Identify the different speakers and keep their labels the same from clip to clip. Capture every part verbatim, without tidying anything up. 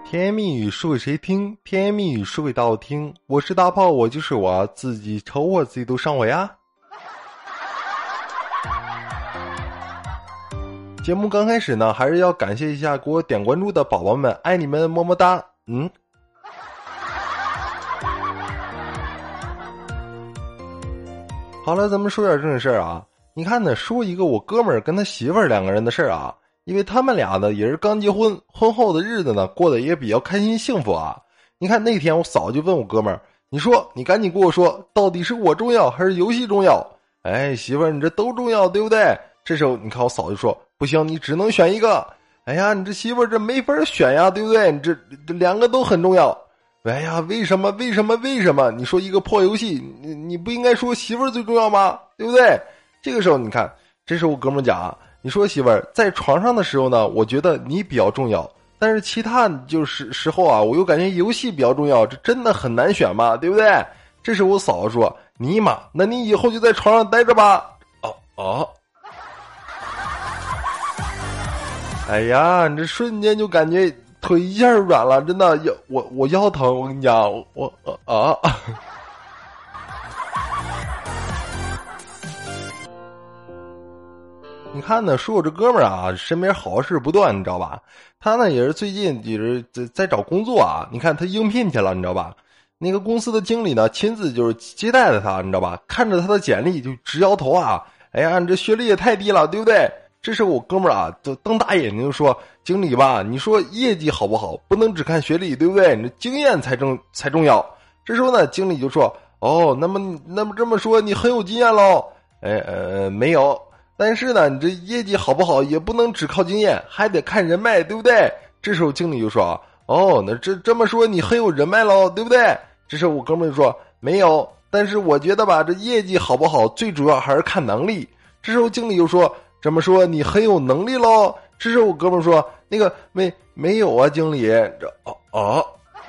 Speaker 1: 甜言蜜语说给谁听？甜言蜜语说给大伙听。我是大炮，我就是我，自己瞅我自己都上火呀。节目刚开始呢，还是要感谢一下给我点关注的宝宝们，爱你们，么么哒。嗯。好了，咱们说点正事儿啊。你看呢，说一个我哥们儿跟他媳妇儿两个人的事儿啊。因为他们俩呢也是刚结婚，婚后的日子呢过得也比较开心幸福啊。你看那天我嫂就问我哥们儿，你说你赶紧跟我说，到底是我重要还是游戏重要？哎，媳妇儿你这都重要对不对？这时候你看我嫂就说，不行，你只能选一个。哎呀，你这媳妇儿这没法选呀，对不对？你这这两个都很重要。哎呀，为什么为什么为什么？你说一个破游戏，你你不应该说媳妇儿最重要吗？对不对？这个时候你看，这时候我哥们儿讲啊，你说媳妇儿在床上的时候呢，我觉得你比较重要，但是其他就是时候啊，我又感觉游戏比较重要，这真的很难选嘛，对不对？这时我嫂子说，尼玛，那你以后就在床上待着吧。哦哦，哎呀，你这瞬间就感觉腿一下软了，真的腰我我腰疼，我跟你讲，我我啊。你看呢，说我这哥们儿啊，身边好事不断，你知道吧？他呢也是最近也是在在找工作啊。你看他应聘去了，你知道吧？那个公司的经理呢，亲自就是接待了他，你知道吧？看着他的简历就直摇头啊！哎呀，你这学历也太低了，对不对？这时候我哥们儿啊，就瞪大眼睛就说：“经理吧，你说业绩好不好，不能只看学历，对不对？你这经验才重才重要。”这时候呢，经理就说：“哦，那么那么这么说，你很有经验喽？”哎呃，没有。但是呢，你这业绩好不好也不能只靠经验，还得看人脉，对不对？这时候经理就说：“哦，那这这么说你很有人脉喽，对不对？”这时候我哥们就说：“没有，但是我觉得吧，这业绩好不好，最主要还是看能力。”这时候经理就说：“这么说你很有能力喽？”这时候我哥们说：“那个没没有啊，经理。”这哦哦。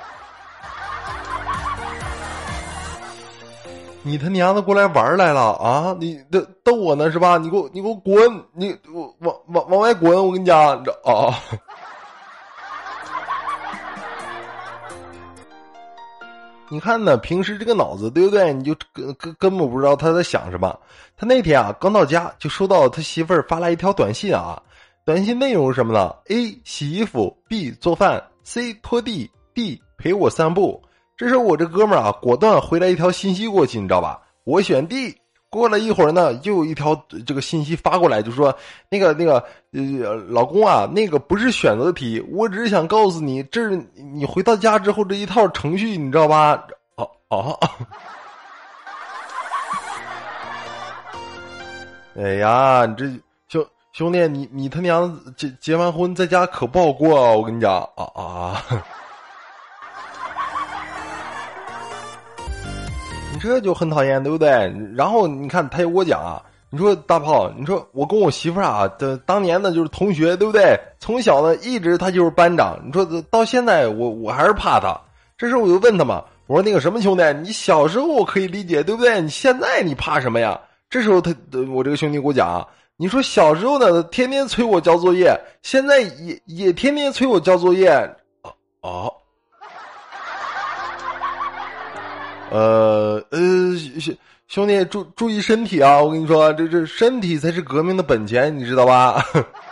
Speaker 1: 你他娘的过来玩来了啊！你逗逗我呢是吧？你给我你给我滚！你我往往往外滚！我跟你讲，这啊！你看呢，平时这个脑子对不对？你就根根根本不知道他在想什么。他那天啊刚到家，就收到他媳妇儿发来一条短信啊。短信内容是什么呢 ？A 洗衣服 ，B 做饭 ，C 拖地 ，D 陪我散步。这时候我这哥们儿啊，果断回来一条信息过去，你知道吧？我选 D。过了一会儿呢，又有一条这个信息发过来，就说那个那个呃，老公啊，那个不是选择题，我只是想告诉你，这是你回到家之后这一套程序，你知道吧？哦哦，哎呀，你这兄兄弟，你你他娘结结完婚在家可不好过啊！我跟你讲啊啊。这就很讨厌，对不对？然后你看他又给我讲啊，你说大炮，你说我跟我媳妇儿啊，的当年呢就是同学，对不对？从小呢一直他就是班长，你说到现在我我还是怕他。这时候我就问他嘛，我说那个什么兄弟，你小时候我可以理解，对不对？你现在你怕什么呀？这时候他我这个兄弟给我讲啊，你说小时候呢天天催我交作业，现在也也天天催我交作业。哦哦。呃呃，兄弟注注意身体啊！我跟你说，这这身体才是革命的本钱，你知道吧？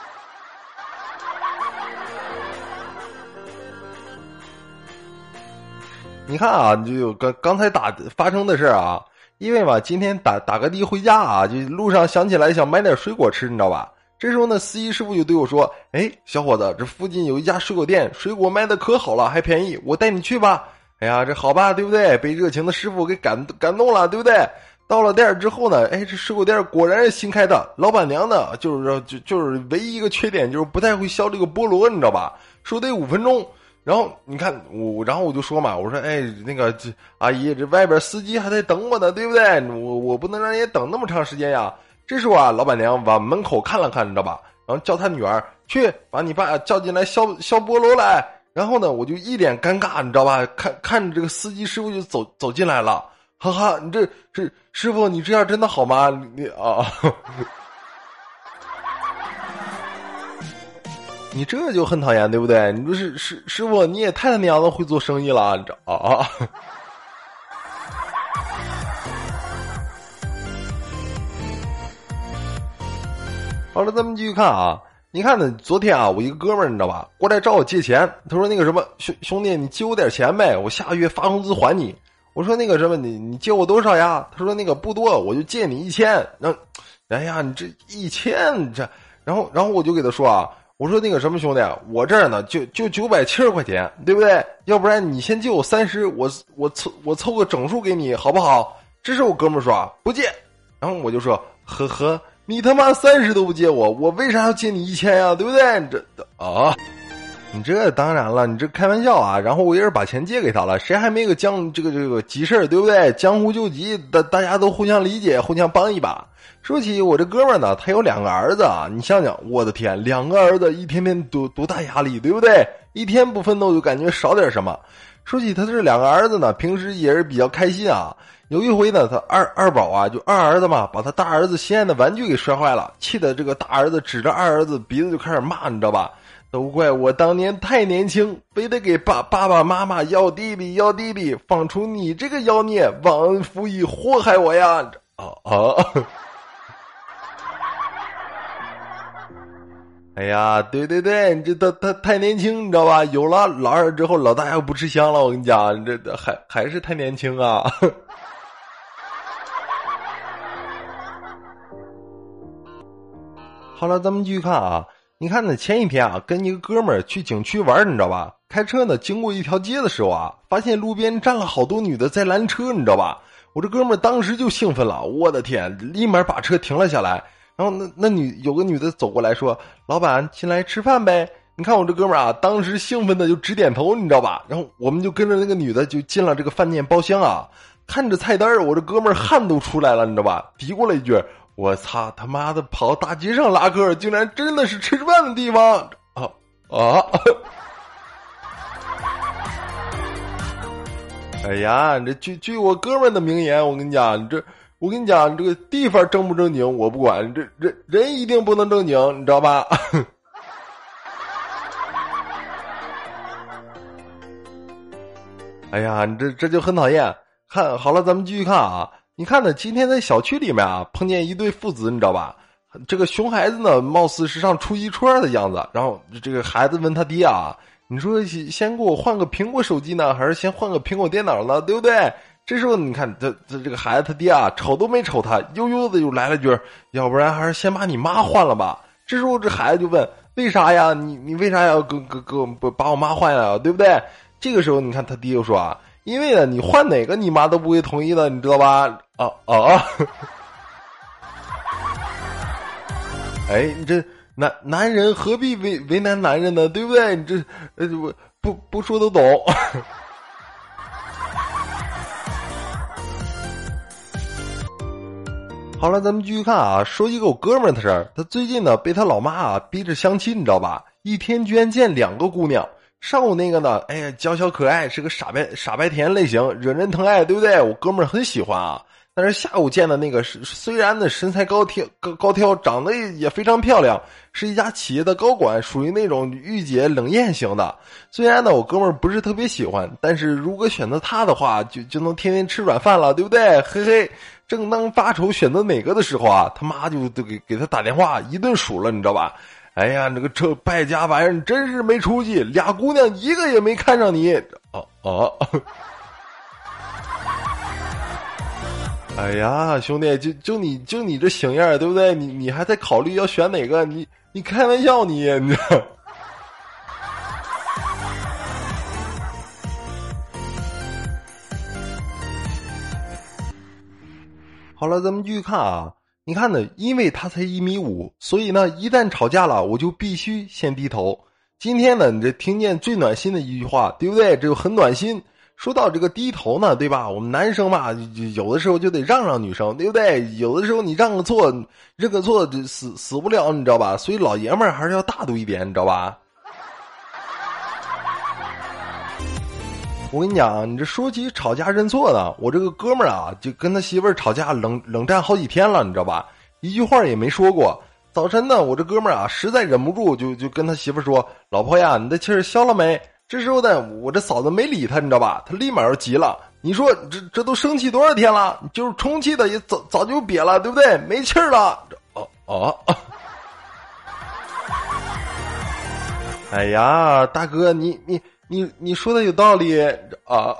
Speaker 1: 你看啊，就有刚刚才打发生的事啊，因为嘛，今天打打个的回家啊，就路上想起来想买点水果吃，你知道吧？这时候呢，司机师傅就对我说：“哎，小伙子，这附近有一家水果店，水果卖的可好了，还便宜，我带你去吧。”哎呀，这好吧，对不对？被热情的师傅给感感动了，对不对？到了店之后呢，哎，这水果店果然是新开的，老板娘呢，就是就就是唯一一个缺点就是不太会削这个菠萝，你知道吧？说得五分钟。然后你看我，然后我就说嘛，我说哎，那个这阿姨，这外边司机还在等我呢，对不对？我我不能让人家等那么长时间呀。这时候啊，老板娘往门口看了看，你知道吧？然后叫他女儿去把你爸叫进来削削菠萝来。然后呢，我就一脸尴尬，你知道吧？看看着这个司机师傅就走走进来了，哈哈，你这是师傅，你这样真的好吗？你啊， 你这就很讨厌，对不对？你说是师师傅，你也太他娘的会做生意了，你知道啊？好了，咱们继续看啊。你看呢，昨天啊，我一个哥们儿，你知道吧，过来找我借钱。他说那个什么，兄兄弟，你借我点钱呗，我下个月发工资还你。我说那个什么，你你借我多少呀？他说那个不多，我就借你一千。那，哎呀，你这一千这，然后然后我就给他说啊，我说那个什么兄弟，我这儿呢就就九百七十块钱，对不对？要不然你先借我三十，我我凑我凑个整数给你，好不好？这时候我哥们儿说啊，不借。然后我就说，呵呵。你他妈三十都不借我，我为啥要借你一千呀？对不对？这啊，你这当然了，你这开玩笑啊。然后我也是把钱借给他了，谁还没个江这个这个急事儿，对不对？江湖救急，大大家都互相理解，互相帮一把。说起我这哥们儿呢，他有两个儿子啊，你想想，我的天，两个儿子一天天多多大压力，对不对？一天不奋斗就感觉少点什么。说起他这两个儿子呢，平时也是比较开心啊。有一回呢，他二二宝啊，就二儿子嘛，把他大儿子心爱的玩具给摔坏了，气得这个大儿子指着二儿子鼻子就开始骂，你知道吧？都怪我当年太年轻，非得给爸爸爸妈妈要弟弟要弟弟，放出你这个妖孽，忘恩负义，祸害我呀！啊啊！哎呀，对对对，你这他他太年轻，你知道吧？有了老二之后，老大又不吃香了。我跟你讲，这还还是太年轻啊。好了，咱们继续看啊。你看呢，前一天啊，跟一个哥们儿去景区玩，你知道吧？开车呢，经过一条街的时候啊，发现路边站了好多女的在拦车，你知道吧？我这哥们儿当时就兴奋了，我的天，立马把车停了下来。然后那那女有个女的走过来说：“老板，进来吃饭呗。”你看我这哥们儿啊，当时兴奋的就直点头，你知道吧？然后我们就跟着那个女的就进了这个饭店包厢啊。看着菜单，我这哥们儿汗都出来了，你知道吧？嘀咕了一句：“我操他妈的，跑大街上拉客，竟然真的是吃饭的地方啊啊！”哎呀，这据据我哥们儿的名言，我跟你讲，这。我跟你讲，这个地方正不正经我不管，这人人一定不能正经，你知道吧？哎呀，你这这就很讨厌。看好了，咱们继续看啊。你看呢，今天在小区里面啊，碰见一对父子，你知道吧？这个熊孩子呢，貌似是上初一初二的样子。然后这个孩子问他爹啊：“你说先给我换个苹果手机呢，还是先换个苹果电脑呢？对不对？”这时候你看他他这个孩子他爹啊，瞅都没瞅他，悠悠的就来了句：“要不然还是先把你妈换了吧。”这时候这孩子就问：“为啥呀？你你为啥要跟跟跟不把我妈换了？对不对？”这个时候你看他爹又说啊：“因为呢，你换哪个你妈都不会同意的，你知道吧？”啊啊！哎，你这男男人何必为为难男人呢？对不对？你这呃不不不说都懂。好了，咱们继续看啊。说一个我哥们儿的事儿，他最近呢被他老妈啊逼着相亲，你知道吧？一天居然见两个姑娘。上午那个呢，哎呀，娇小可爱，是个傻白傻白甜类型，惹人疼爱，对不对？我哥们儿很喜欢啊。但是下午见的那个是虽然呢身材高挑高高挑，长得也非常漂亮，是一家企业的高管，属于那种御姐冷艳型的。虽然呢我哥们儿不是特别喜欢，但是如果选择他的话，就就能天天吃软饭了，对不对？嘿嘿。正当发愁选择哪个的时候啊，他妈就就给给他打电话一顿数了，你知道吧？哎呀，这个这败家玩意儿真是没出息，俩姑娘一个也没看上你。哦哦。哎呀，兄弟，就就你就你这型样，对不对？你你还在考虑要选哪个？你你开玩笑你，你知道？好了，咱们继续看啊。你看呢，因为他才一米五，所以呢，一旦吵架了，我就必须先低头。今天呢，你这听见最暖心的一句话，对不对？这就很暖心。说到这个低头呢，对吧？我们男生嘛，有的时候就得让让女生，对不对？有的时候你让个错，认个错，死死不了，你知道吧？所以老爷们儿还是要大度一点，你知道吧？我跟你讲，你这说起吵架认错的，我这个哥们儿啊，就跟他媳妇儿吵架冷冷战好几天了，你知道吧？一句话也没说过。 早晨呢，我这哥们儿啊，实在忍不住，就就跟他媳妇说：“老婆呀，你的气儿消了没？”这时候呢，我这嫂子没理他，你知道吧？他立马就急了。你说这这都生气多少天了？就是充气的也早早就瘪了，对不对？没气儿了。哦哦。哎呀，大哥，你你你你说的有道理啊。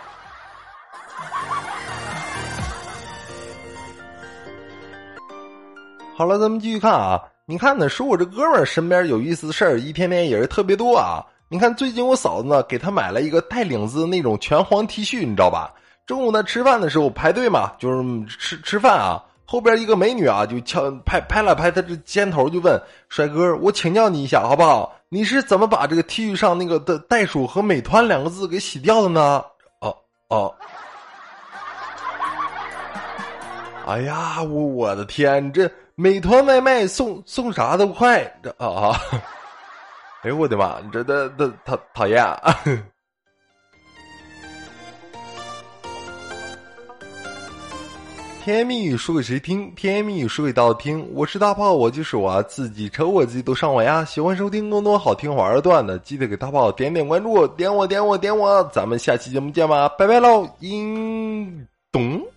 Speaker 1: 好了，咱们继续看啊。你看呢，说我这哥们儿身边有意思的事儿，一天天也是特别多啊。你看，最近我嫂子呢给他买了一个带领子的那种全黄 T 恤，你知道吧？中午呢吃饭的时候排队嘛，就是吃吃饭啊。后边一个美女啊就敲拍拍了拍他这肩头，就问帅哥：“我请教你一下好不好？你是怎么把这个 T 恤上那个的袋鼠和美团两个字给洗掉的呢？”哦哦。哎呀，我我的天，这美团外卖送送啥都快，这啊！哎呦我的妈，这这这讨讨厌啊！甜言蜜语说给谁听？甜言蜜语说给大家听。我是大炮，我就是我，自己瞅我自己都上我呀！喜欢收听更多好听好玩的段子，记得给大炮点点关注，点我点我点我，咱们下期节目见吧，拜拜喽！音咚。